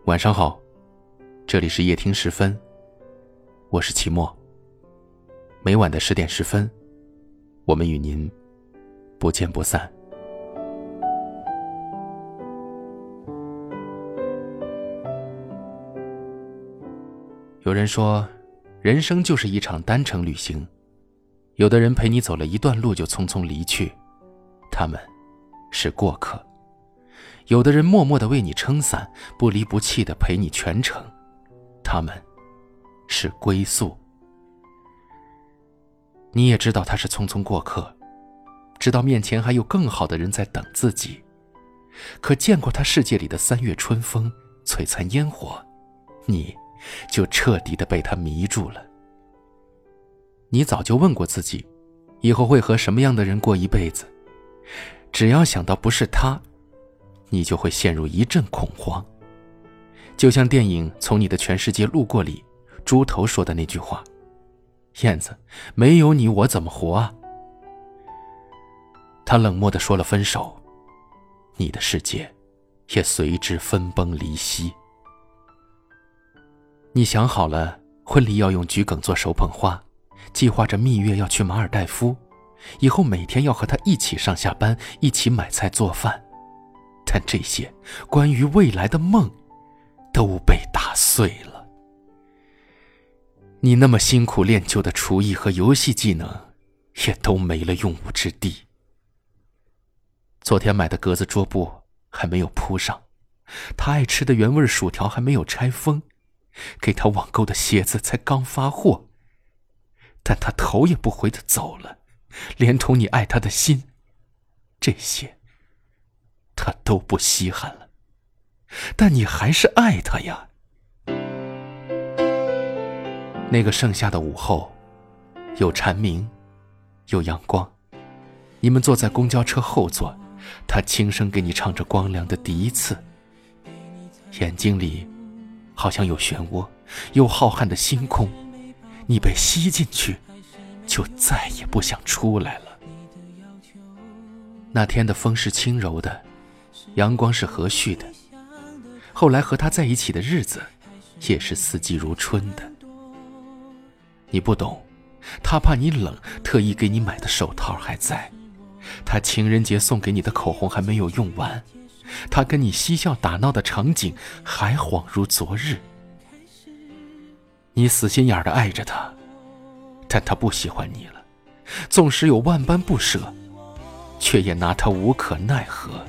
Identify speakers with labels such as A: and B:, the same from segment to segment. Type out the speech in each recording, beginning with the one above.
A: 晚上好，这里是夜听10分，我是齐墨。每晚的10点10分，我们与您不见不散。有人说，人生就是一场单程旅行，有的人陪你走了一段路就匆匆离去，他们是过客；有的人默默地为你撑伞，不离不弃地陪你全程，他们是归宿。你也知道他是匆匆过客，知道面前还有更好的人在等自己，可见过他世界里的3月春风、璀璨烟火，你就彻底地被他迷住了。你早就问过自己，以后会和什么样的人过一辈子？只要想到不是他，你就会陷入一阵恐慌。就像电影《从你的全世界路过》里猪头说的那句话，燕子，没有你我怎么活啊？他冷漠地说了分手，你的世界也随之分崩离析。你想好了婚礼要用桔梗做手捧花，计划着蜜月要去马尔代夫，以后每天要和他一起上下班，一起买菜做饭，但这些关于未来的梦都被打碎了。你那么辛苦练就的厨艺和游戏技能也都没了用武之地。昨天买的格子桌布还没有铺上，他爱吃的原味薯条还没有拆封，给他网购的鞋子才刚发货，但他头也不回地走了，连同你爱他的心，这些他都不稀罕了。但你还是爱他呀。那个盛夏的午后，有蝉鸣，有阳光，你们坐在公交车后座，他轻声给你唱着光良的第一次，眼睛里好像有漩涡，有浩瀚的星空，你被吸进去，就再也不想出来了。那天的风是轻柔的，阳光是和煦的，后来和他在一起的日子也是四季如春的。你不懂，他怕你冷，特意给你买的手套还在，他情人节送给你的口红还没有用完，他跟你嬉笑打闹的场景还恍如昨日。你死心眼地爱着他，但他不喜欢你了，纵使有万般不舍，却也拿他无可奈何。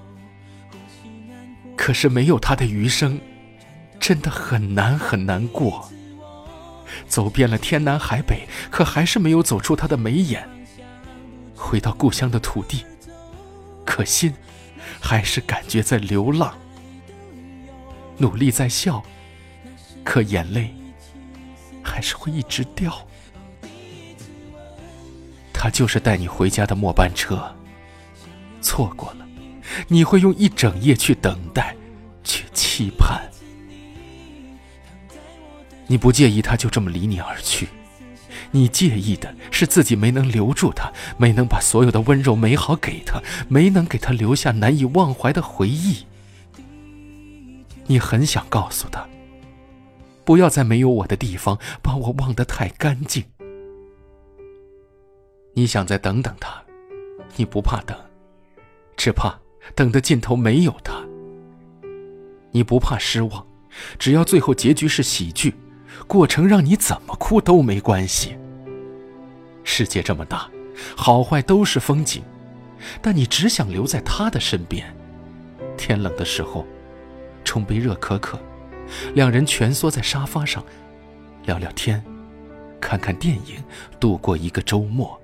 A: 可是没有他的余生真的很难很难过，走遍了天南海北，可还是没有走出他的眉眼。回到故乡的土地，可心还是感觉在流浪，努力在笑，可眼泪还是会一直掉。他就是带你回家的末班车，错过了，你会用一整夜去等待，去期盼。你不介意他就这么离你而去，你介意的是自己没能留住他，没能把所有的温柔美好给他，没能给他留下难以忘怀的回忆。你很想告诉他，不要在没有我的地方把我忘得太干净。你想再等等他，你不怕等，只怕等的尽头没有他。你不怕失望，只要最后结局是喜剧，过程让你怎么哭都没关系。世界这么大，好坏都是风景，但你只想留在他的身边。天冷的时候，冲杯热可可，两人蜷缩在沙发上，聊聊天，看看电影，度过一个周末。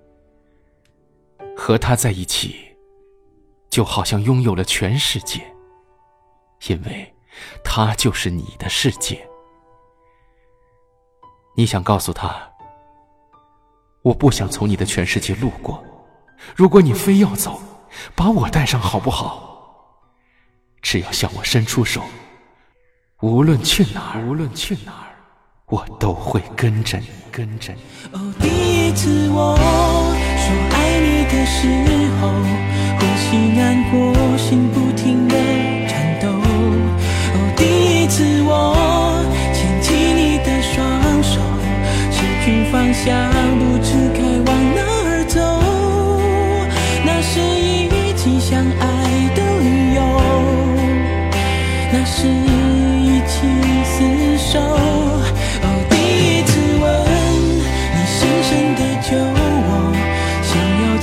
A: 和他在一起，就好像拥有了全世界，因为他就是你的世界。你想告诉他，我不想从你的全世界路过，如果你非要走，把我带上好不好？只要向我伸出手，无论去哪儿，我都会跟着你。
B: 哦，第一次我说爱你的时候，呼吸难过，心不停地颤抖。哦，第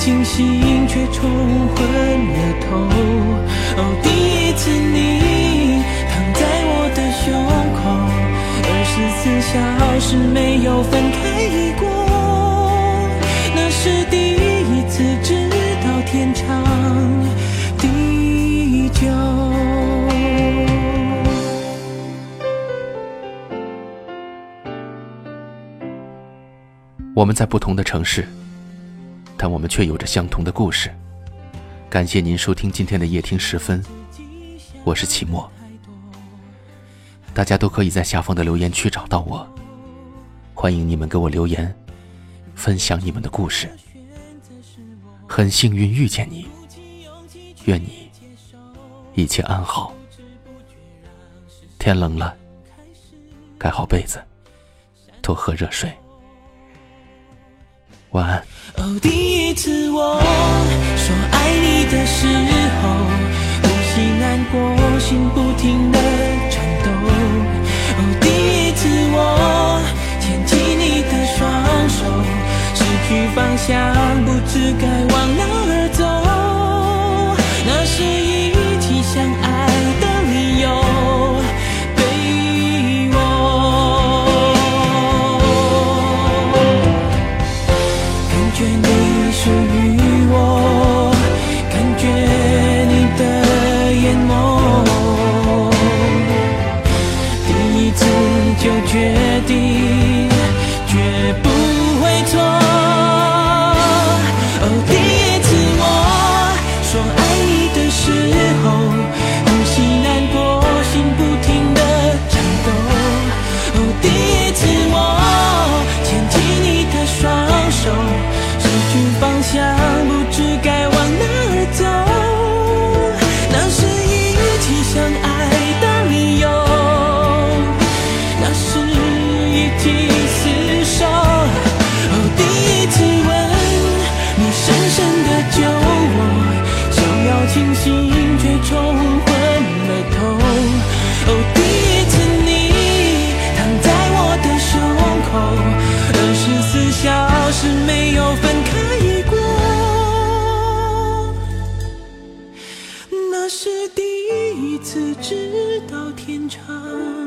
B: 清醒却冲昏了头。哦，第一次你躺在我的胸口，24小时没有分开过，那是第一次知道天长地久。
A: 我们在不同的城市，但我们却有着相同的故事。感谢您收听今天的夜听时分，我是齐墨。大家都可以在下方的留言区找到我，欢迎你们给我留言，分享你们的故事。很幸运遇见你，愿你一切安好。天冷了，盖好被子，多喝热水。晚安。
B: 哦，第一次我说爱你的时候，呼吸难过，心不停地颤抖。哦，第一次我牵起你的双手，失去方向，不知该往哪儿走。那是一起相爱的理由。属于我，感觉你的眼眸，第一次就决定，绝不会错。哦，第一次我说爱你的时候，呼吸难过，心不停地颤抖。哦，第一次我牵起你的双手，失去方向，不知该往哪儿走，那是一起相爱的理由，那是一起厮守。哦，第一次吻你深深地救我，想要清醒却冲昏了头。哦，第一次你躺在我的胸口，24小时没有分开过，那是第一次知道天长